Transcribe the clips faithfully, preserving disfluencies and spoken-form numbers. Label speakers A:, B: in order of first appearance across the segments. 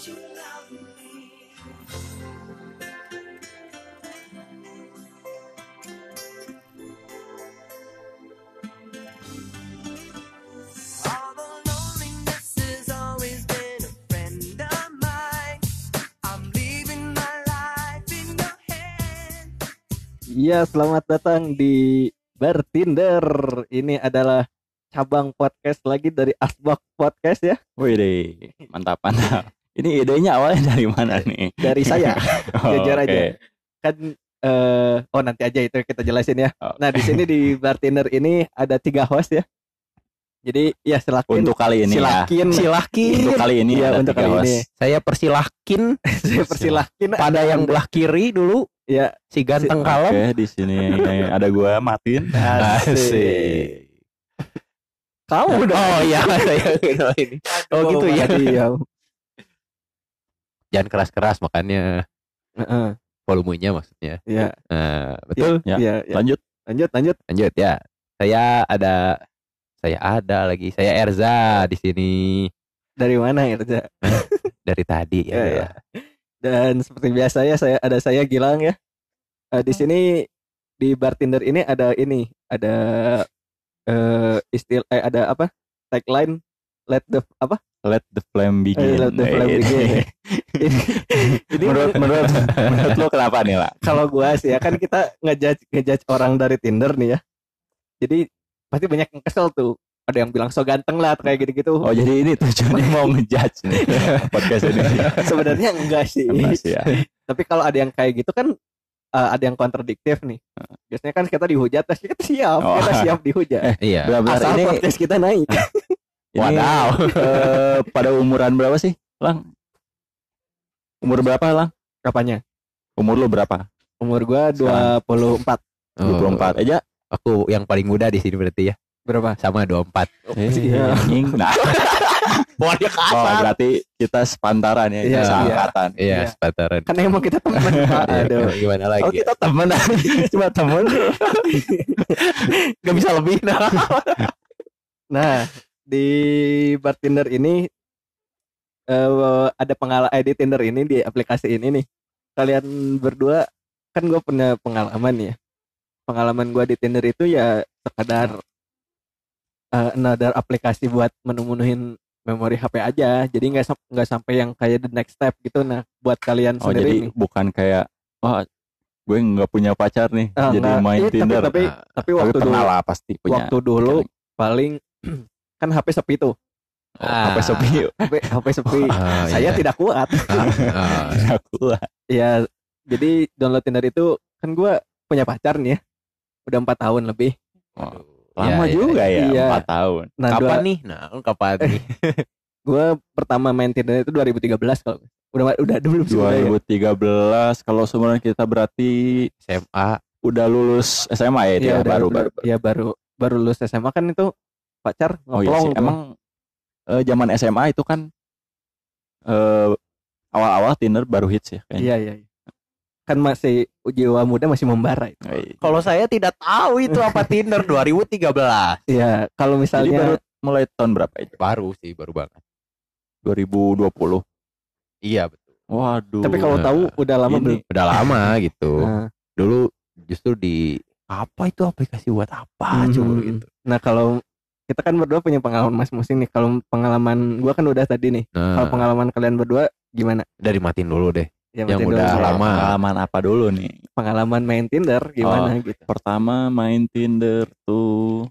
A: Iya, selamat datang di Bartinder. Ini adalah cabang podcast lagi dari Asbak Podcast ya.
B: Wih deh, mantap mantap. Ini idenya awalnya dari mana nih?
A: Dari saya,
B: Oh,
A: jujur
B: oke.
A: aja. Kan, eh, oh nanti aja itu kita jelasin ya.
B: Oh.
A: Nah di sini di Bartinder ini ada tiga host ya. Jadi ya silakin.
B: Untuk kali ini ya.
A: silakin, silakin.
B: Untuk kali ini
A: Iya,
B: ada
A: untuk
B: tiga
A: kali
B: host.
A: ini.
C: Saya persilahkin
A: Saya persilakin
C: pada yang belah kiri dulu,
A: ya.
C: si ganteng
B: Oke,
C: kalem.
B: di sini ada gua Martin.
A: Asik. Kamu dong.
C: Oh iya, saya ini. Oh gitu ya.
A: Iya.
C: Jangan keras-keras makanya
A: Heeh.
C: volumenya maksudnya.
A: Iya.
C: Nah, betul.
B: Ya,
A: Iya, iya.
B: lanjut.
A: Lanjut, lanjut.
C: Lanjut ya. Saya ada saya ada lagi. Saya Erza di sini
A: Dari mana ya, Reza?
C: dari tadi ya.
A: Ya, ya. Dan seperti biasa ya, saya ada saya Gilang ya. Eh, di sini di Bartinder ini ada ini, ada eh istilah eh, ada apa? Tagline let the apa?
B: Let the flame begin.
A: Eh, let the flame
B: Eh,
A: begin.
B: ini-
A: ini, ini
B: menurut menurut menurut lo kenapa nih lah?
A: kalau gua sih ya kan kita ngejudge ngejudge orang dari Tinder nih ya. Jadi pasti banyak yang kesel tuh. Ada yang bilang so ganteng lah atau kayak gitu-gitu.
B: Oh jadi ini tujuannya mau ngejudge nih podcast ini.
A: Sebenarnya enggak sih.
B: Masih ya.
A: Tapi kalau ada yang kayak gitu kan uh, ada yang kontradiktif nih. Biasanya kan kita dihujat, terus kita siap,
B: Oh.
A: kita siap dihujat.
C: Iya.
B: Benar-benar
A: Asal
B: ini,
A: podcast kita naik.
B: ini
C: Wadaw.
B: eh, pada umuran berapa sih, Lang? Umur berapa, Lang?
A: Apanya?
B: Umur lo berapa?
A: Umur gua dua puluh empat.
B: dua puluh empat aja.
C: Aku yang paling muda di sini berarti ya.
A: Berapa?
C: Sama dua puluh empat.
B: Eh,
A: Iya.
B: anjing. Nah,
C: Wah, dia
B: oh, berarti kita sepantaran ya,
A: Iya,
B: kita
A: iya.
B: seangkatan.
C: Iya,
A: Iya.
C: sepataran.
A: Kan emang kita teman. Pak.
C: Iya,
A: Aduh.
C: gimana lagi?
B: Oh, kita temen, cuma temen.
A: Gak bisa lebih. Nah. Nah, di Bartinder ini eh, ada pengalaman eh, di Tinder ini, di aplikasi ini nih. Kalian berdua kan gue punya pengalaman ya. Pengalaman gue di Tinder itu ya sekadar uh, another aplikasi buat menu-menuhin memori H P aja. Jadi nggak sam- nggak sampai yang kayak the next step gitu. Nah, buat kalian
B: Oh
A: sendiri
B: jadi
A: nih.
B: bukan kayak wah gue nggak punya pacar nih,
A: Ah,
B: jadi
A: nggak.
B: main
A: Iya, tapi-
B: Tinder.
A: Tapi,
C: Nah,
A: tapi,
B: Tapi
A: waktu dulu,
B: pernah lah pasti punya.
A: waktu dulu paling kan H P sepi tuh.
B: Oh, H P sepi.
A: H P, H P sepi.
C: Ah,
A: Saya
C: iya.
A: tidak kuat.
C: Ah, ah.
B: Aku lah.
A: Ya, jadi download Tinder itu kan gue punya pacar nih ya. Udah empat tahun lebih.
B: Oh, lama
C: Iya, iya,
B: juga ya,
A: iya.
B: empat tahun.
A: Nah,
C: Kapan
A: dua-
C: nih? Nah, kapan nih?
A: gue pertama main Tinder itu dua ribu tiga belas kalau udah udah belum sih,
B: dua
A: udah ya?
B: ribu tiga belas kalau sebenarnya kita berarti
C: S M A.
B: udah lulus S M A ya, dia
A: Iya, udah-
B: baru
A: udah-
B: baru.
A: Iya baru baru lulus S M A kan itu pacar
B: Oh iya
A: ngeplong
B: sih.
A: tuh.
B: Emang eh, zaman S M A itu kan eh, awal-awal Tinder baru hits ya kayaknya.
A: Iya iya. iya. Kan masih jiwa muda masih membara itu.
B: Oh, iya.
C: Kalau saya tidak tahu itu apa Tinder dua ribu tiga belas.
A: Iya, kalau
B: Jadi
A: misalnya
B: baru mulai tahun berapa itu?
C: Baru sih, baru banget.
B: dua ribu dua puluh.
C: Iya, betul.
B: Waduh.
A: tapi kalau
C: Nah,
A: tahu udah lama
B: ini-
A: belum.
C: Udah lama gitu.
A: Nah,
C: Dulu justru di apa itu aplikasi buat apa
A: Mhm.
C: coba gitu.
A: nah, kalau kita kan berdua punya pengalaman masing-masing nih. Kalau pengalaman gua kan udah tadi nih. Kalau
C: Nah,
A: pengalaman kalian berdua gimana?
C: dari matiin dulu deh.
A: Ya,
C: Yang
A: berarti
C: udah
A: dulu.
C: lama.
B: Pengalaman apa dulu nih?
A: Pengalaman main Tinder gimana gitu.
B: Pertama main Tinder tuh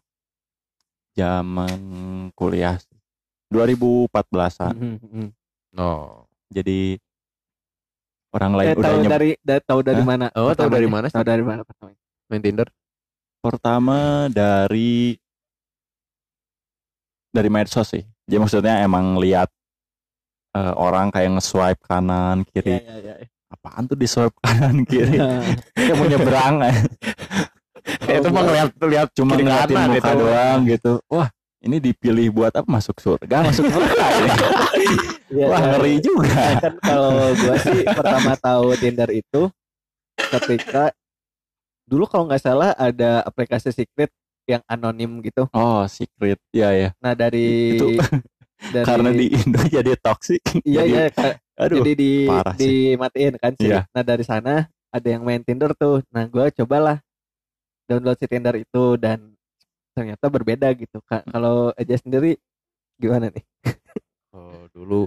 B: zaman kuliah dua ribu empat belasan.
A: Mhm, mhm.
C: Oh.
B: Jadi orang lain
A: Eh,
B: udah
A: tahu
B: nyeb-
A: dari da- tahu dari
B: Hah?
A: mana?
C: Oh, tahu
A: pertamanya?
C: dari mana sih?
A: Tahu dari mana pertama?
C: Main Tinder.
B: pertama dari dari medsos sih. Jadi maksudnya emang lihat eh, orang kayak nge-swipe kanan kiri.
A: Iya, iya, iya.
B: Apaan tuh di swipe kanan kiri? Kayak mau nyebrang.
C: Itu mah ngeliat lihat
B: Cuma
C: kiri
B: ngeliatin
C: kanan
B: muka
C: itu.
B: doang gitu. Wah, ini dipilih buat apa? Masuk surga, masuk neraka. ini.
A: Iya,
B: Wah,
A: iya.
B: ngeri juga.
A: Nah, kan kalau gua sih pertama tahu Tinder itu ketika dulu kalau nggak salah ada aplikasi secret yang anonim gitu.
B: Oh, secret. Iya ya.
A: Nah dari
B: Itu
A: dari
B: karena di Indo jadi toxic.
A: iya
B: jadi
A: iya ka-
B: Aduh,
A: jadi di
B: parah sih.
A: dimatiin kan sih.
B: Iya.
A: Nah dari sana ada yang main Tinder tuh. Nah gue cobalah download si Tinder itu dan ternyata berbeda gitu. Ka- Kalau aja sendiri gimana nih?
C: Oh, dulu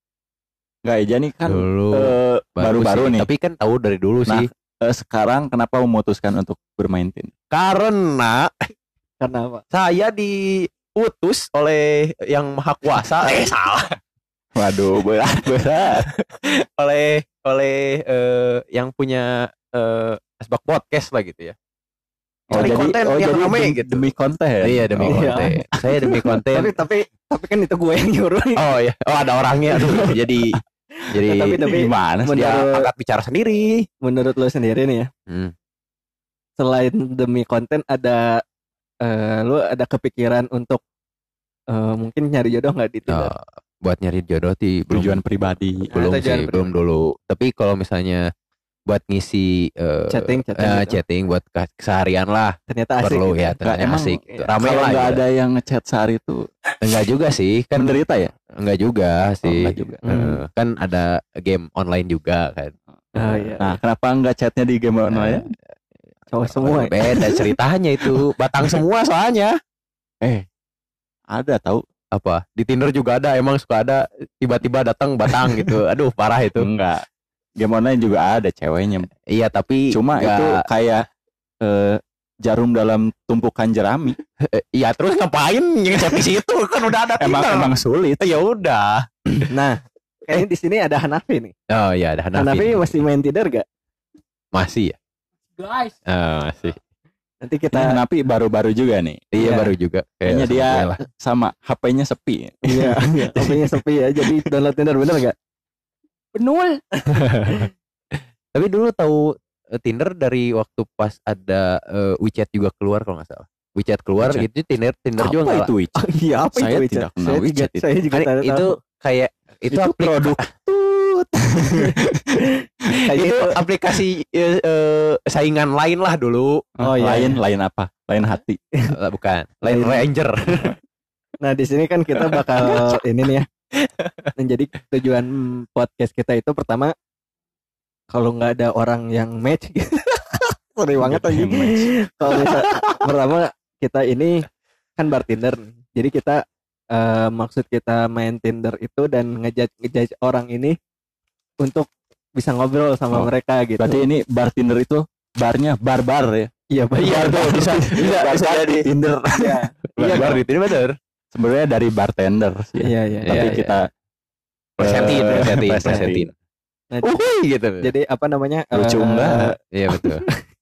B: Nggak aja nih kan
C: dulu
B: eh, baru-baru
C: sih.
B: nih.
C: Tapi kan tahu dari dulu
B: Nah,
C: sih.
B: eh, sekarang kenapa memutuskan untuk bermain Tinder?
C: Karena
A: Karena apa?
C: saya diutus oleh yang maha kuasa. eh salah.
B: Waduh, berat berat.
C: oleh oleh eh, yang punya eh, asbak podcast lah gitu ya.
B: Oh,
C: Cari
B: jadi
C: konten
B: oh,
C: yang
B: jadi
C: rame
B: dem-
C: gitu.
B: demi konten.
C: Iya demi
B: Oh,
A: Iya.
C: konten. Saya demi konten.
A: Tapi tapi tapi kan itu gue yang nyuruh.
C: Oh ya, oh ada orangnya. Aduh, jadi jadi
A: Nah, tapi- tapi
B: gimana sih?
C: dia
A: menurut-
C: angkat bicara sendiri.
A: Menurut lo sendiri nih ya,
C: Hmm.
A: selain demi konten ada eh, lu ada kepikiran untuk eh, mungkin nyari jodoh nggak di Tinder?
C: Oh, buat nyari jodoh di belum
B: Tujuan pribadi.
C: belum
A: Ah, tujuan
C: sih, belum dulu. Tapi kalau misalnya buat ngisi eh,
A: Chatting, chatting
C: eh,
A: gitu.
C: chatting buat ke- keseharian lah
A: Ternyata asik.
C: perlu
A: gitu.
C: ya,
B: Nggak,
C: ternyata
B: emang
C: asik.
A: iya.
C: Rame
B: Kalau
C: lah.
B: nggak
C: gitu.
B: ada yang ngechat sehari itu
C: Enggak juga sih, kan
B: menderita ya?
C: enggak juga sih.
B: enggak juga.
C: Eh,
A: Hmm.
C: kan ada game online juga kan.
A: Oh, iya.
B: Nah, kenapa nggak chatnya di game online?
A: Cowok semua. ya?
C: Beda ceritanya itu. Batang semua soalnya.
B: Eh, ada tahu?
C: Apa? Di Tinder juga ada, emang suka ada tiba-tiba datang batang gitu. Aduh, parah itu.
B: Enggak. Game online juga ada ceweknya.
C: Iya, tapi
B: Cuma
C: nggak-
B: itu kayak eh, jarum dalam tumpukan jerami.
C: eh, iya terus ngapain ngechat di situ? Kan udah ada
B: Emang
C: Tinder.
B: emang sulit.
C: Ya udah.
A: Nah, kayaknya di sini ada Hanafi nih.
C: Oh iya, ada Hanafi.
A: Hanafi masih main Tinder gak?
C: Masih ya?
D: Guys,
C: Oh, masih.
A: Nanti
B: Kita
A: kita
B: tapi baru-baru juga nih.
C: Iya,
A: Iya.
C: baru juga. Kayak
B: Kayaknya
C: sama
B: dia
C: gue lah.
B: sama H P-nya sepi.
A: iya, H P-nya sepi ya. Jadi download Tinder bener gak?
D: benul.
C: Tapi dulu tahu eh, Tinder dari waktu pas ada eh, WeChat juga keluar kalau nggak salah. WeChat keluar
B: WeChat.
C: gitu Tinder Tinder juga
B: Apa
C: nggak-
B: itu WeChat?
A: Oh, iya, apa
B: Saya
A: itu WeChat?
B: tidak kenal
A: Saya juga,
B: WeChat itu.
A: saya juga
C: Kan
A: tidak
C: itu
A: tahu.
C: kayak itu,
B: Itu
C: aplik-
B: produk
A: Kayak
C: itu
A: gitu.
C: aplikasi eh, eh, saingan lain lah dulu.
A: Oh, iya,
B: lain
A: iya.
B: lain apa? Lain hati.
C: Eh, bukan, lain Ranger.
A: Nah, di sini kan kita bakal ini nih ya. Dan jadi tujuan podcast kita itu pertama kalau nggak ada orang yang match gitu. Sorry banget
B: Nggak ada
A: aja.
B: yang match.
A: Kalau misal pertama kita ini kan bartender. Jadi kita eh, maksud kita main Tinder itu dan ngejudge ngejudge orang ini untuk bisa ngobrol sama
B: Oh,
A: mereka gitu.
B: Berarti ini bartender itu barnya barbar ya.
A: iya
C: Iya tuh bisa bisa bisa jadi
B: Tinder.
A: Iya.
C: Iya
B: Barbar.
C: di Tinder bener.
B: Sebenarnya dari bartender sih.
A: Iya iya.
B: Tapi
C: Iya, iya.
B: kita
C: Presentin,
B: eh,
C: presentin,
B: presentin.
C: presentin.
A: Nah,
C: Uhuy gitu.
A: jadi apa namanya?
B: Lucu
A: eh,
B: enggak?
C: Iya betul.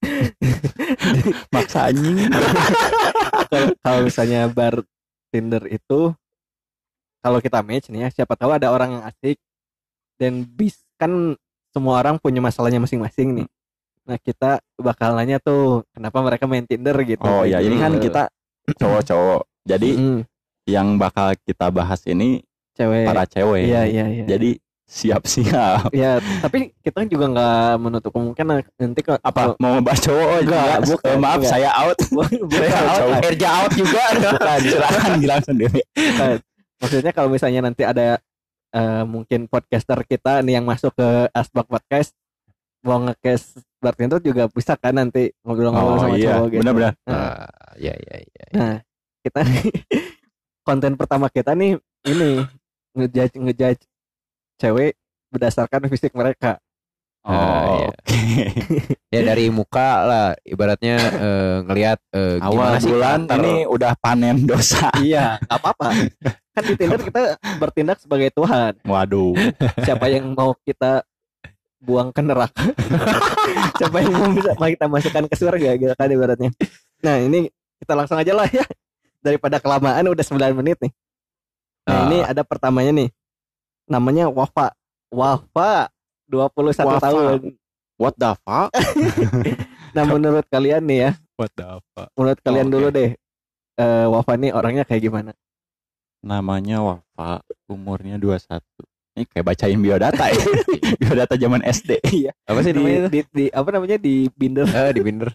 B: Maksa anjing.
A: kalau kalau misalnya bar Tinder itu kalau kita match nih ya siapa tahu ada orang yang asik dan bis kan semua orang punya masalahnya masing-masing nih. Nah kita bakal nanya tuh kenapa mereka main Tinder gitu.
B: Oh ya, ini kan
A: Gitu.
B: kita cowok-cowok. Jadi
A: Mm,
B: yang bakal kita bahas ini
A: cewek.
B: para cewek.
A: Iya iya iya.
B: Jadi siap-siap.
A: Ya tapi kita juga nggak menutup kemungkinan nanti kok
B: Apa mau ngebahas cowok?
A: Enggak,
B: Enggak,
A: bukan,
B: Eh, maaf
A: enggak.
B: saya out.
A: bukan
B: Cowok.
C: Erja out juga.
B: Bukan, silakan bilang sendiri.
A: maksudnya kalau misalnya nanti ada eh, mungkin podcaster kita nih yang masuk ke Asbak Podcast mau nge-cast bartender juga bisa kan nanti ngobrol-ngobrol
B: Oh
A: sama
B: iya,
A: cowok gitu.
B: benar-benar.
A: Nah,
C: Ah, iya iya iya.
A: nah, kita nih konten pertama kita nih ini ngejudge ngejudge cewek berdasarkan fisik mereka.
B: Oh,
C: iya.
B: oke.
C: Ya dari muka lah ibaratnya eh, ngelihat eh,
B: Awal
C: gimana sih
B: bulan
C: karakter.
B: ini udah panen dosa.
A: Iya, nggak apa-apa. Kan di Tinder kita bertindak sebagai Tuhan.
B: Waduh.
A: Siapa yang mau kita buang ke neraka? Siapa yang mau bisa mau kita masukkan ke surga gitu kan ibaratnya. Nah, ini kita langsung aja lah ya. Daripada kelamaan udah sembilan menit nih. Nah,
C: Ah.
A: ini ada pertamanya nih. Namanya Wafa. Wafa dua puluh satu
B: Wafa.
A: tahun.
B: What the fuck?
A: Nah, menurut kalian nih ya,
B: What the fuck?
A: menurut kalian
B: Oke.
A: dulu deh. eh, Wafa nih orangnya kayak gimana?
B: Namanya Wafa, umurnya dua puluh satu. Ini kayak bacain biodata ya. Biodata zaman S D.
A: Iya.
C: Apa sih
A: Di,
C: namanya itu?
A: di, di apa namanya di binder.
C: Eh di Binder.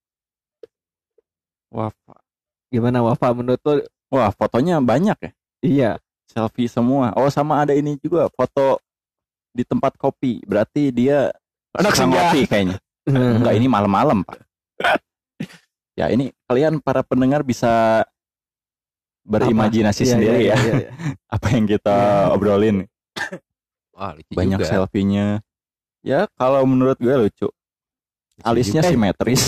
B: Wafa.
A: Gimana Wafa menurut lo?
B: Wah, fotonya banyak ya.
A: Iya.
B: Selfie semua. Oh, sama ada ini juga foto di tempat kopi, berarti dia
C: Anak
B: suka
C: senja.
B: ngopi kayaknya. Enggak, ini malam-malam, Pak. Ya, ini kalian para pendengar bisa berimajinasi
A: Iya,
B: sendiri
A: iya,
B: ya.
A: iya, iya.
B: Apa yang kita obrolin.
C: Wah, lucu
B: Banyak
C: juga.
B: selfie-nya. Ya, kalau menurut gue lucu.
C: Lucu
B: Alisnya
C: juga.
B: simetris.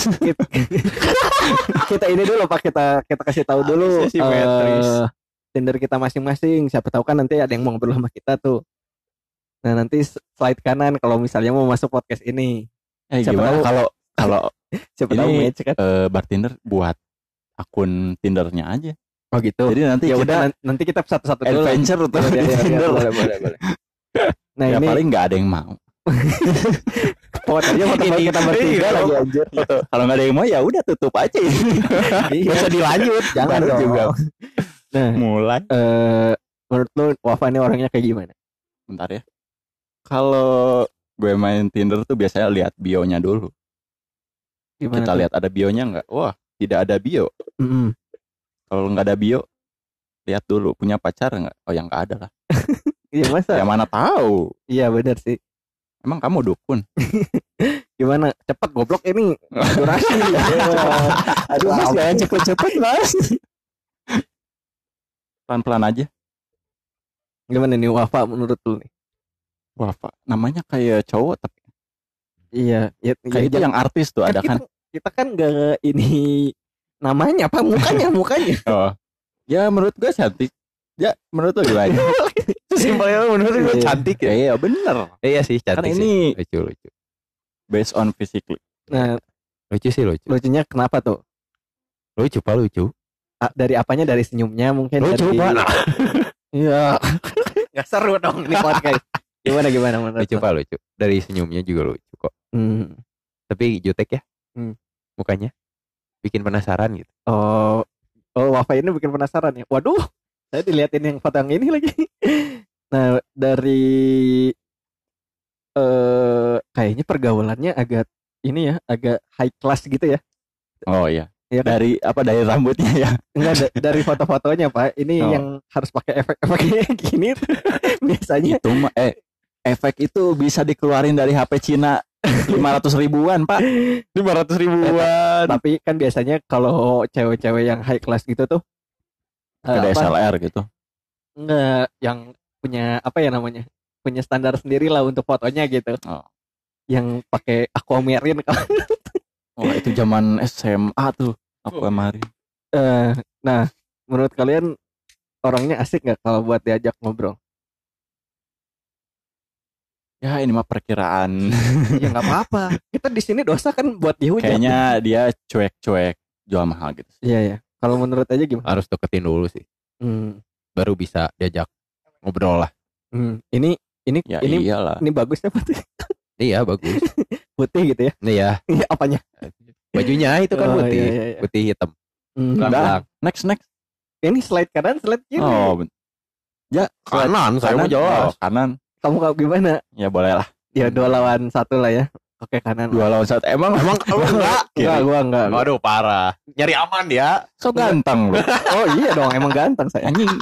A: Kita ini dulu Pak, kita kita kasih tahu dulu
B: Alisnya simetris.
A: eh, Tinder kita masing-masing. Siapa tahu kan nanti ada yang mau ngobrol sama kita tuh. Nah, nanti slide kanan kalau misalnya mau masuk podcast ini.
B: Eh,
A: Siapa
B: gimana
A: tahu-
B: kalau kalau
A: Siapa
B: Ini-
A: tahu match kan.
B: eh, bartender buat akun Tindernya aja.
A: Oh gitu.
B: Jadi nanti
A: Ya
B: kita
A: udah nan- nanti kita satu-satu dulu. lah.
B: adventure tuh
A: Ya,
B: di
A: ya, ya, ya,
B: Tinder.
A: boleh, boleh, boleh. Nah,
B: Ya
A: ini
B: paling nggak ada yang mau.
A: fotonya foto
B: Ini-
A: kita bertiga
B: Iya,
A: lagi anjir.
B: Kalau nggak ada yang mau ya udah tutup aja.
A: Iya.
C: Gak usah dilanjut.
A: Jangan
B: Baru
A: dong.
B: juga.
A: Nah,
B: Mulai.
A: eh menurut lu Wafa ini orangnya kayak gimana?
B: Bentar ya. Kalau gue main Tinder tuh biasanya lihat bio-nya dulu.
A: Gimana?
B: Kita
A: tuh?
B: lihat ada bio-nya nggak? Wah, tidak ada bio.
A: Mm-mm.
B: Kalau nggak ada bio, lihat dulu punya pacar nggak? Oh, yang nggak ada lah.
A: Iya masa?
B: Ya mana tahu.
A: Iya benar sih.
B: Emang kamu dukun?
A: Gimana? Cepet goblok ini durasi.
B: Aduh, Mas, jangan cepet-cepet, Mas. Pelan-pelan aja.
A: Gimana nih Wafa menurut lu nih?
B: Wah, Pak, namanya kayak cowok tapi
A: Iya, ya,
B: kayak itu
A: ya,
B: yang artis tuh
A: kan
B: ada
A: kita,
B: kan.
A: kita kan gak ini namanya apa mukanya mukanya.
B: Oh. Ya menurut gue cantik. Ya menurut lu gimana?
C: Simpelnya menurut gue
A: Iya.
C: cantik
B: Ya
C: ya.
B: iya bener.
C: Eh, Iya sih
B: Kan
C: cantik sih.
B: ini
C: Lucu lucu.
B: based on physically.
A: Nah,
C: Lucu sih lucu.
A: lucunya kenapa tuh?
C: Lucu Pak lucu.
A: A- dari apanya? Dari senyumnya mungkin.
C: Lucu
A: dari...
C: Pak. Nah,
A: Iya. Gak seru dong ini podcast. Gimana gimana menurut
C: lucu
A: lu?
C: Pak lucu. Dari senyumnya juga lucu kok.
A: Hmm.
C: Tapi jutek ya.
A: Hmm.
C: Mukanya bikin penasaran gitu.
A: Oh, oh Wafa ini bikin penasaran ya. Waduh, saya diliatin yang foto yang ini lagi. Nah, dari eh kayaknya pergaulannya agak ini ya, agak high class gitu ya.
B: Oh iya.
A: Iya kan?
B: Dari apa dari rambutnya ya?
A: Enggak da- dari foto-fotonya, Pak. Ini
B: Oh.
A: yang harus pakai efek-efek kayak gini tuh. Biasanya.
B: Itu mah eh efek itu bisa dikeluarin dari H P Cina lima ratus ribuan, Pak. lima ratus ribuan.
A: Tapi kan biasanya kalau cewek-cewek yang high class gitu tuh eh,
B: Ada
A: apa?
B: S L R gitu.
A: Enggak, yang punya apa ya namanya? Punya standar sendiri lah untuk fotonya gitu.
B: Oh.
A: Yang pakai aquamarine.
B: Wah, itu zaman S M A tuh. Aku kemarin.
A: Eh, nah, menurut kalian orangnya asik nggak kalau buat diajak ngobrol?
B: Ya ini mah perkiraan.
A: Ya nggak apa-apa. Kita di sini dosa kan buat dihujat.
B: Kayaknya dia cuek-cuek jual mahal gitu.
A: Iya ya. Kalau menurut aja gimana?
C: Harus deketin dulu sih.
A: Hmm,
C: Baru bisa diajak ngobrol lah.
A: hmm. Ini ini
B: Ya
A: ini
B: iyalah.
A: ini bagus ya putih
C: Iya bagus.
A: putih gitu ya.
C: Nih ya
A: Iya apanya?
C: bajunya itu kan
A: Oh,
C: putih.
A: iya, iya, iya.
C: Putih hitam.
A: Hmm.
B: Udah.
C: Belang.
B: Next next.
A: Ini slide kanan, slide kiri.
B: Oh, ben- ya
C: Kanan saya mau
B: kanan.
C: jelas.
B: Oh, kanan.
A: Kamu kau gimana?
B: Ya boleh lah.
A: Ya dua lawan satu lah ya. Oke kanan.
B: Dua lawan satu. Emang
C: Emang kamu enggak?
A: Enggak, gua enggak.
C: Waduh parah. Nyari aman dia.
B: so ganteng lu.
A: Oh iya dong, emang ganteng saya.
B: Anjing.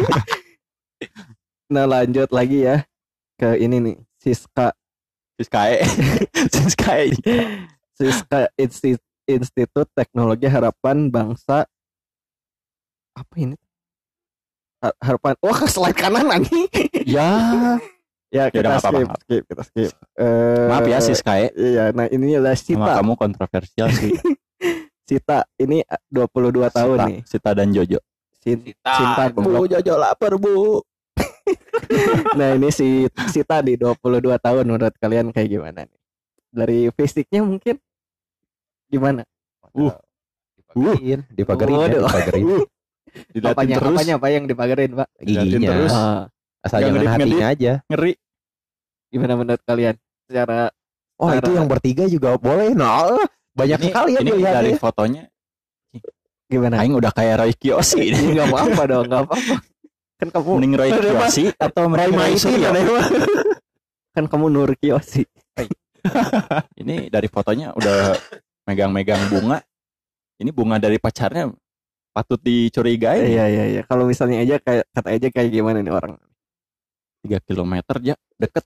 A: Nah lanjut lagi ya ke ini nih, Siska
B: Siskae. Siskae.
A: Siska Insti- Institut Teknologi Harapan Bangsa. Apa ini? Ha- Harapan. Wah, ke slide kanan anjing.
B: Ya.
A: Ya, kita
B: nggak apa-apa,
A: skip,
B: nggak
A: skip, kita skip. Eh,
B: Maaf ya Siskae.
A: Iya, nah ini adalah
B: Nama
A: Sita.
B: kamu kontroversial sih.
A: Sita ini dua puluh dua tahun
B: Sita,
A: nih.
B: Sita dan Jojo.
A: Sin-
C: Sita.
A: Cinta
B: Bu,
A: goblok.
B: Jojo lapar, Bu.
A: Nah, ini si Sita di dua puluh dua tahun menurut kalian kayak gimana nih? Dari fisiknya mungkin gimana?
B: Uh.
C: Dipagerin, dipagerin, ya,
A: Waduh.
C: dipagerin.
B: Diliatin
A: Apanya,
B: terus.
A: apanya apa yang dipagerin, Pak?
B: Diliatin
C: Giginya.
B: terus.
A: Ah,
C: Asal
B: Jangan
C: jangan
B: ngedit-ngedit.
C: hatinya aja.
B: Ngeri.
A: gimana menurut kalian? Secara
C: Oh
A: Cara-
C: itu yang bertiga juga boleh. Nah banyak
B: Ini,
C: sekali ya
B: ini
C: pilihannya.
B: dari fotonya.
A: gimana?
B: Aing udah kayak Roy Kiyoshi.
A: Ini nggak apa-apa dong, nggak apa-apa. Kan kamu
B: Mending Roy Kiyoshi atau mending Roy Suryo.
A: kan kamu Nur Kiyoshi.
B: Ini dari fotonya udah megang-megang bunga. Ini bunga dari pacarnya patut dicurigai.
A: Iya iya iya. Kalau misalnya aja kayak kata aja kayak gimana nih orang?
B: tiga kilometer ya, deket ya.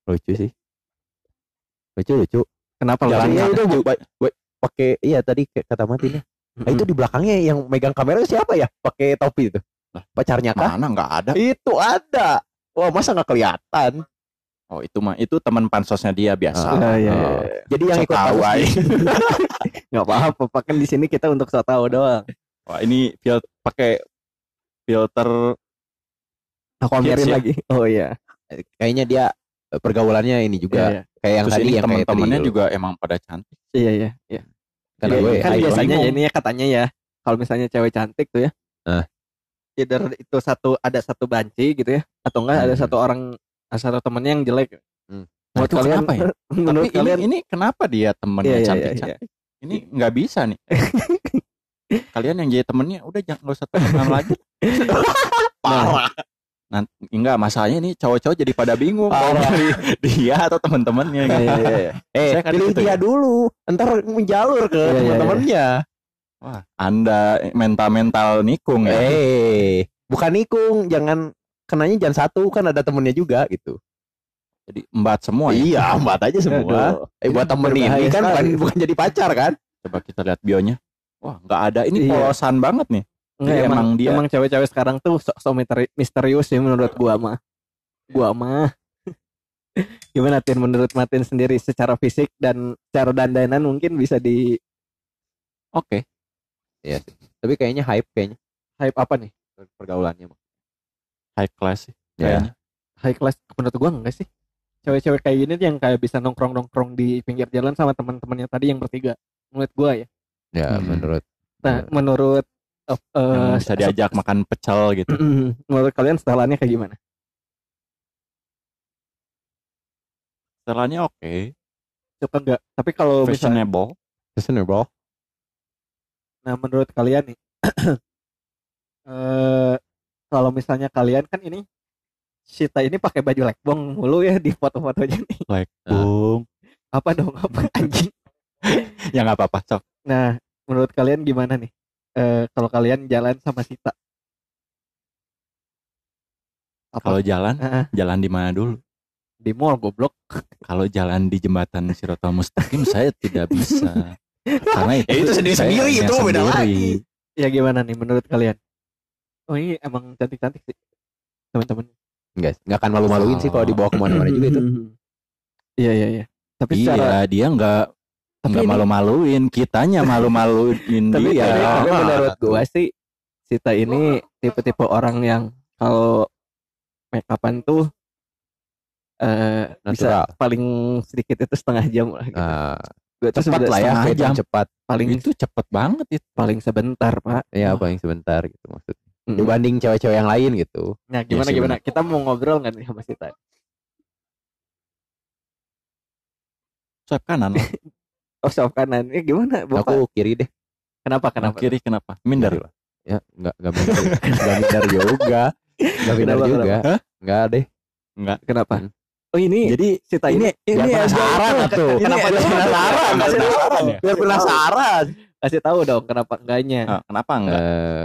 C: Lucu sih. Lucu lucu.
A: Kenapa lu
C: Jalan
A: suka?
C: ya udah bu- ba- ba- pakai iya tadi kayak kata Mati nih. Nah, itu di belakangnya yang megang kamera siapa ya? Pakai topi itu. Pacarnya kah?
B: Mana nggak ada.
C: Itu ada. Wah, masa nggak kelihatan?
B: Oh itu mah itu teman pansosnya dia biasa.
A: Ah, iya, iya,
C: Oh.
A: iya.
C: Jadi yang
B: Sok
C: ikut
B: tahu
C: pansus
B: aja.
A: Nggak apa-apa, Pak. Kan di sini kita untuk so tahu doang.
B: Wah ini fil pakai filter
A: Aku pamerin
B: Kids ya?
A: lagi. Oh iya.
C: kayaknya dia eh, pergaulannya ini juga
A: Iya,
C: kayak yang
B: terus
C: tadi
B: ini
C: yang kayak tadi
B: teman-temannya
C: dulu.
B: juga emang pada cantik.
A: iya, iya, iya.
C: Karena
A: Iya,
C: gue
A: kan
C: idol.
A: biasanya ya
B: bingung.
A: ini ya katanya ya. Kalau misalnya cewek cantik tuh ya.
C: Ah.
A: Either itu satu ada satu banci gitu ya, atau enggak ada
C: Hmm.
A: satu orang satu temennya yang jelek.
C: Hmm.
A: Menurut
B: Itu
A: kalian
B: kenapa ya?
A: menurut
B: Tapi
A: kalian
B: ini, ini kenapa dia temennya
A: Iya, iya,
B: cantik-cantik? Ini nggak bisa nih. Kalian yang jadi temennya udah jangan nggak usah temenan lagi. Parah. Nanti enggak masalahnya nih cowok-cowok jadi pada bingung mau
C: Parah.
B: milih dia atau teman-temannya
A: Iya,
B: gitu.
A: iya, iya.
C: Eh,
B: Saya kan
C: pilih
B: gitu
C: dia
B: ya.
C: dulu. Ntar menjalur ke
A: Iya, iya, iya.
C: teman-temannya.
B: Wah, Anda mental-mental nikung ya.
C: Eh, bukan nikung, jangan kenanya jangan satu, kan ada temennya juga gitu.
B: Jadi embat semua ya.
C: Iya, empat aja semua.
A: Aduh.
C: Eh, buat
A: Ini
C: temen
A: berbahaya
C: ini kan bukan,
A: sekali.
C: bukan jadi pacar kan?
B: Coba kita lihat bionya. Wah, nggak ada. Ini
A: Iya.
B: polosan banget nih.
A: Enggak,
B: Jadi
A: emang,
B: emang dia-
A: emang cewek-cewek sekarang tuh sok-sok misteri- misterius ya menurut gua mah. Gua mah. Gimana Tin menurut Martin sendiri secara fisik dan secara dandanan mungkin bisa di
B: Oke.
C: Iya sih. Tapi kayaknya hype kayaknya
A: hype apa nih?
C: pergaulannya.
B: High class sih.
C: Ya.
B: Kayaknya.
A: High class menurut gua enggak sih? Cewek-cewek kayak gini yang kayak bisa nongkrong-nongkrong di pinggir jalan sama teman-temannya tadi yang bertiga. Menurut gua ya.
C: Ya,
B: Hmm.
C: menurut
A: Nah, menurut uh,
B: Yang
A: uh,
B: bisa diajak makan pecel gitu.
A: menurut kalian setelannya kayak gimana?
B: Setelahnya oke.
A: Suka enggak? Tapi kalau misalnya
B: Fashionable.
C: fashionable.
A: nah menurut kalian nih eh kalau misalnya kalian kan ini Sita ini pakai baju lekbong mulu ya di foto-fotonya nih.
B: Like boom.
A: Apa dong apa anjing?
B: Ya nggak apa-apa. Sok.
A: Nah, menurut kalian gimana nih? Eh kalau kalian jalan sama Sita. Apa?
B: Kalau jalan,
A: Heeh.
B: jalan di mana dulu?
A: Di mall goblok.
B: Kalau jalan di jembatan Sirotol Mustaqim saya tidak bisa. Karena itu,
C: Ya, itu sendiri-sendiri,
B: saya
C: itu beda
B: sendiri.
C: lagi.
A: Ya gimana nih menurut kalian? Oh ini emang cantik-cantik sih teman-teman.
C: Enggak, enggak akan malu-maluin sih kalau dibawa kemana-mana juga itu.
A: Iya iya iya. Tapi
B: Iya,
A: secara
B: dia nggak
A: Tapi
B: nggak
A: ini-
B: malu-maluin, kitanya malu-maluin
A: tapi,
B: dia.
A: tapi, tapi
C: Ah,
A: menurut
C: tuh.
A: gua sih Sita ini tipe-tipe orang yang kalau make upan tuh eh bisa
C: Natural.
A: paling sedikit itu setengah jam lah gitu.
C: Nah,
A: Gua tuh
C: cepat
A: sebenarnya
C: lah ya,
B: setengah
C: hitung
B: jam.
C: cepat.
A: paling
B: Itu cepet banget itu.
A: paling sebentar pak.
C: Ya,
B: Wah.
C: paling sebentar gitu maksudnya.
A: Mm.
C: Dibanding cewek-cewek yang lain gitu.
A: Nah gimana
B: sih,
A: gimana kita mau ngobrol nggak nih sama Sita?
B: Swipe kanan lah.
A: Oh sop kanan ini gimana bapak?
C: Aku kiri deh.
A: Kenapa
B: Kenapa?
A: kenapa?
B: Kiri kenapa? Minder.
C: Kiri lah. Ya, enggak enggak minder. Enggak minder juga. Enggak minder
A: Kenapa,
C: juga.
A: kenapa?
C: Enggak deh.
B: Enggak.
A: Kenapa?
C: Hmm.
A: Oh ini
B: Jadi
A: Sita
B: ini
A: ini
B: ini
C: Biar
B: aja
C: penasaran
B: itu.
C: atuh.
B: Ini
C: Kenapa
B: aja
C: dia
B: itu.
C: penasaran?
B: Biar
C: Kasih tahu.
B: penasaran ya.
C: Biar penasaran.
A: kasih tahu dong kenapa enggaknya?
B: Ah, kenapa enggak?
C: Eh,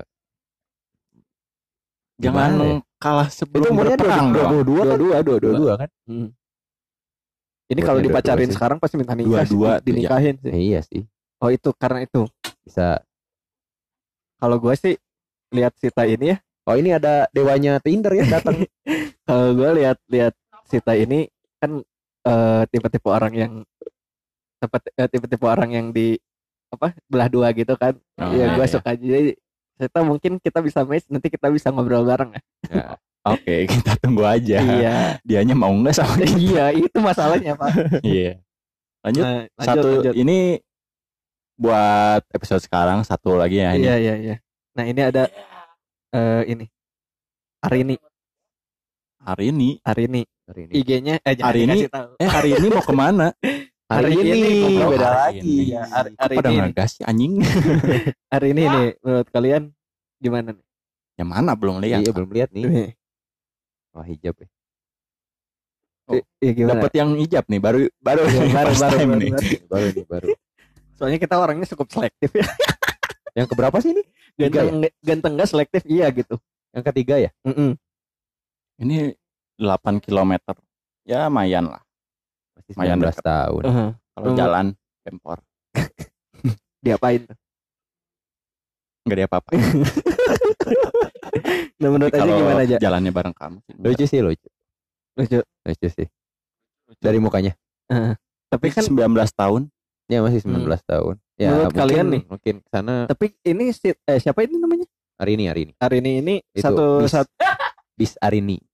B: Jangan
C: gimana ya?
B: kalah
C: itu
B: sebelum
C: umurnya
B: berperang
C: dua
B: dong.
C: puluh dua kan?
A: Dua-dua, dua-dua.
C: dua dua kan?
A: Hmm. Ini
C: Buatnya
A: kalau
C: dua-dua
A: dipacarin
C: sih.
A: sekarang pasti minta nikah,
B: Dua-dua
A: sih,
B: tuh,
A: dinikahin sih.
C: Ya, iya sih.
A: Oh itu karena itu.
C: Bisa.
A: Kalau gue sih lihat Sita ini ya,
C: Oh, ini ada dewanya Tinder ya datang.
A: kalau gue lihat lihat Sita ini kan eh, tipe-tipe orang yang tempat eh, tipe-tipe orang yang di apa belah dua gitu kan.
B: Oh,
A: ya gue
B: iya.
A: suka jadi Sita mungkin kita bisa match nanti kita bisa ngobrol bareng ya.
C: Ya.
B: Oke, kita tunggu aja.
A: Iya.
B: Dianya mau enggak sama kita?
A: Iya itu masalahnya pak.
B: Iya. Lanjut.
A: Nah, lanjut,
B: Satu
A: lanjut.
B: ini buat episode sekarang satu lagi ya ini.
A: Iya iya iya. Nah ini ada eh ini Arini
B: Hari ini,
A: Arini
C: Hari ini.
A: I G-nya eh jangan
B: Hari ini?
A: dikasih tahu.
B: eh hari ini mau kemana?
C: Hari
A: Hari
C: ini,
A: ini, goblok.
C: beda
B: Hari
C: lagi.
B: ini.
A: Iya, hari- hari
B: Pada
A: ini.
B: ngegas sih anjing.
A: Hari ini nih menurut kalian gimana nih?
B: Yang mana belum lihat?
C: Iya, belum lihat nih.
A: Nih,
C: Wah, hijab ya.
B: Oh,
A: i- iya gimana?
B: Dapat yang hijab nih, baru baru
A: Iya, baru
B: first
A: baru,
B: time
A: baru,
B: nih.
A: baru.
C: Baru nih, baru.
A: Soalnya kita orangnya cukup selektif ya.
C: Yang keberapa sih ini? Tiga
A: Ganteng ganteng gak selektif iya gitu.
C: Yang ketiga ya?
A: Mm-mm.
B: Ini delapan kilometer. Ya lumayan lah.
C: Masih
B: Lumayan
C: sembilan belas
B: dekat.
C: tahun.
A: Heeh.
B: Kalau
A: Hmm.
B: jalan kempor
A: Diapain tuh?
B: nggak dia apa-apa.
A: Nah, menurut aja
B: Kalau
A: gimana aja?
B: jalannya bareng kamu sih. enggak.
C: Lucu sih, lucu.
A: Lucu.
C: Lucu sih. Dari mukanya.
A: Heeh. Tapi kan
B: sembilan belas tahun.
C: Ya masih sembilan belas tahun. Ya,
A: Menurut
C: mungkin,
A: kalian nih?
C: Mungkin sana
A: tapi ini si, eh siapa ini namanya?
C: hari ini hari ini.
A: Hari ini ini
C: Itu,
A: satu
C: bis.
A: satu
C: Bis Arini.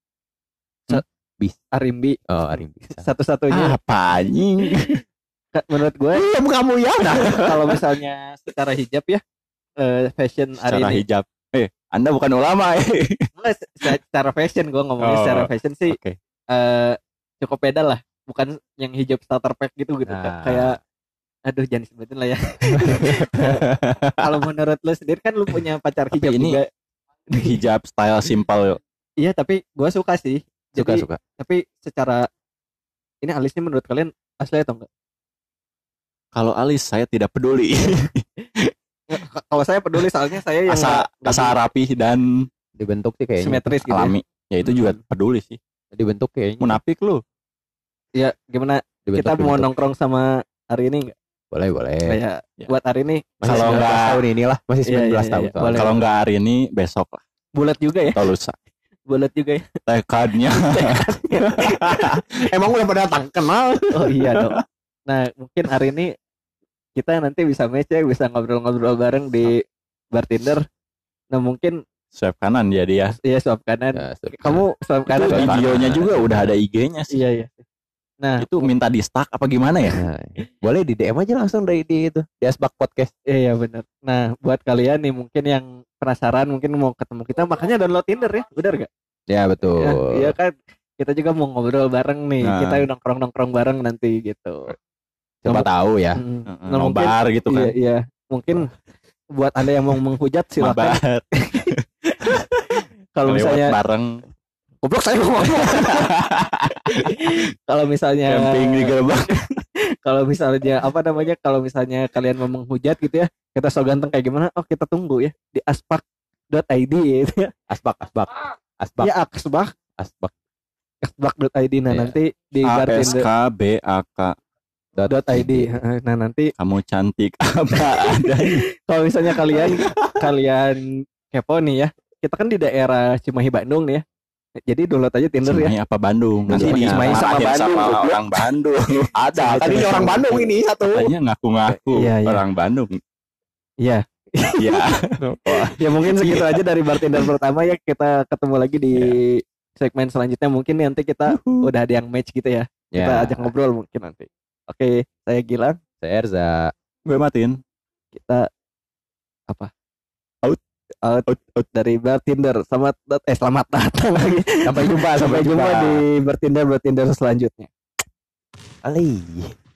A: Arimbi
C: Oh, Arini.
A: satu-satunya.
B: Apa anjing?
A: Ka- menurut gue
C: Iya, kamu ya.
A: kalau misalnya secara hijab ya eh, fashion hari
B: Secara
A: ini
B: hijab. Eh, Anda bukan ulama eh.
A: enggak, se- secara fashion gue ngomongnya
B: Oh,
A: secara fashion sih
B: Oke.
A: eh, cukup beda lah, bukan yang hijab starter pack gitu gitu
C: Nah.
A: kayak aduh jangan disebutin lah ya. Kalau menurut lu sendiri kan lu punya pacar
B: Tapi
A: hijab
B: ini-
A: juga.
B: Hijab style simple.
A: Iya tapi gue suka sih.
C: Suka
A: Jadi
C: suka.
A: tapi secara ini alisnya menurut kalian asli atau enggak?
B: Kalau alis saya tidak peduli.
A: Nggak, k- kalau saya peduli soalnya saya yang
B: Asal
A: nggak- nggak
B: asal rapi dan
C: Dibentuk sih kayaknya.
A: simetris gitu ya.
B: alami. Ya itu juga
A: Hmm.
B: peduli sih.
C: Dibentuk kayaknya.
B: Munafik lu.
A: Ya gimana
C: Dibentuk,
A: kita mau
C: dibentuk.
A: nongkrong sama hari ini enggak?
C: Boleh, boleh.
A: Kayak
B: Ya.
A: buat hari ini
C: Masih
B: Kalau
C: sembilan belas
B: nggak-
C: tahun inilah, masih
A: Iya,
C: sembilan belas
A: iya, iya,
C: tahun.
A: iya.
C: soalnya.
A: Boleh.
B: Kalau nggak hari ini besok lah
A: bulat juga ya,
B: atau lusa.
A: bulat juga ya.
B: Tekadnya.
C: Emang udah pada datang kenal.
A: Oh iya dong. Nah mungkin hari ini kita nanti bisa match ya, bisa ngobrol-ngobrol bareng di bar Tinder. Nah mungkin
B: Swipe kanan jadi ya.
A: ya swab kanan.
C: Ya, suka.
A: Kamu swab
B: Itu
A: kanan.
C: Swipe
B: di
C: kanan.
B: bio-nya juga udah ada I G-nya sih.
A: Iya iya. Nah
B: Itu minta di stack apa gimana ya?
C: Nah, boleh di D M aja langsung dari di itu di Asbak Podcast.
A: iya benar. Nah buat kalian nih mungkin yang penasaran mungkin mau ketemu kita, makanya download Tinder ya, benar gak?
C: Ya betul.
A: Ya, iya kan. Kita juga mau ngobrol bareng nih.
B: Nah.
A: Kita nongkrong-nongkrong bareng nanti gitu.
C: Siapa tahu ya.
A: Hmm.
B: Heeh,
A: Nah, mungkin-
B: Nobar gitu kan.
A: Iya, iya. Mungkin buat Anda yang mau menghujat silakan.
B: Mabar.
A: Kalau
B: Lewat
A: misalnya
B: bareng
A: goblok saya ngomong. Kalau misalnya
B: camping di gerbang.
A: kalau misalnya apa namanya? Kalau misalnya kalian mau menghujat gitu ya, kita so ganteng kayak gimana? Oh, kita tunggu ya di aspak dot i d gitu ya.
C: Asbak, Asbak. Asbak,
A: Ya asbak
C: Asbak.
A: asbak dot i d. Nah,
C: Iya.
A: nanti di
B: A S
A: bartender
B: K B A K.
A: dot i d. Nah, nanti
B: Kamu cantik apa adanya.
A: kalau misalnya kalian kalian kepo nih ya, kita kan di daerah Cimahi Bandung nih ya. Jadi download aja Tinder ya.
B: Cimahi apa Bandung? Nanti
A: Cimahi
B: dimarahin
A: sama Bandung,
B: sama
A: goblok.
B: orang Bandung.
C: Ada.
A: Cimahi,
C: Kan ini
A: Cimahi.
C: orang Bandung ini satu.
B: Katanya ngaku-ngaku
A: Iya, iya.
B: orang Bandung.
A: Iya.
B: Iya.
A: Ya mungkin segitu aja dari bartender pertama ya. Kita ketemu lagi di segmen selanjutnya. Mungkin nanti kita udah ada yang match gitu ya. Kita
C: Ya.
A: ajak ngobrol mungkin nanti. Oke, saya Gilang.
C: Saya Erza.
B: Gue matiin.
A: Kita apa?
B: Out.
A: Out, out dari bartender. Selamat dat- eh selamat datang lagi.
C: Sampai jumpa,
A: Sampai jumpa di bartender bartender selanjutnya.
C: Ali.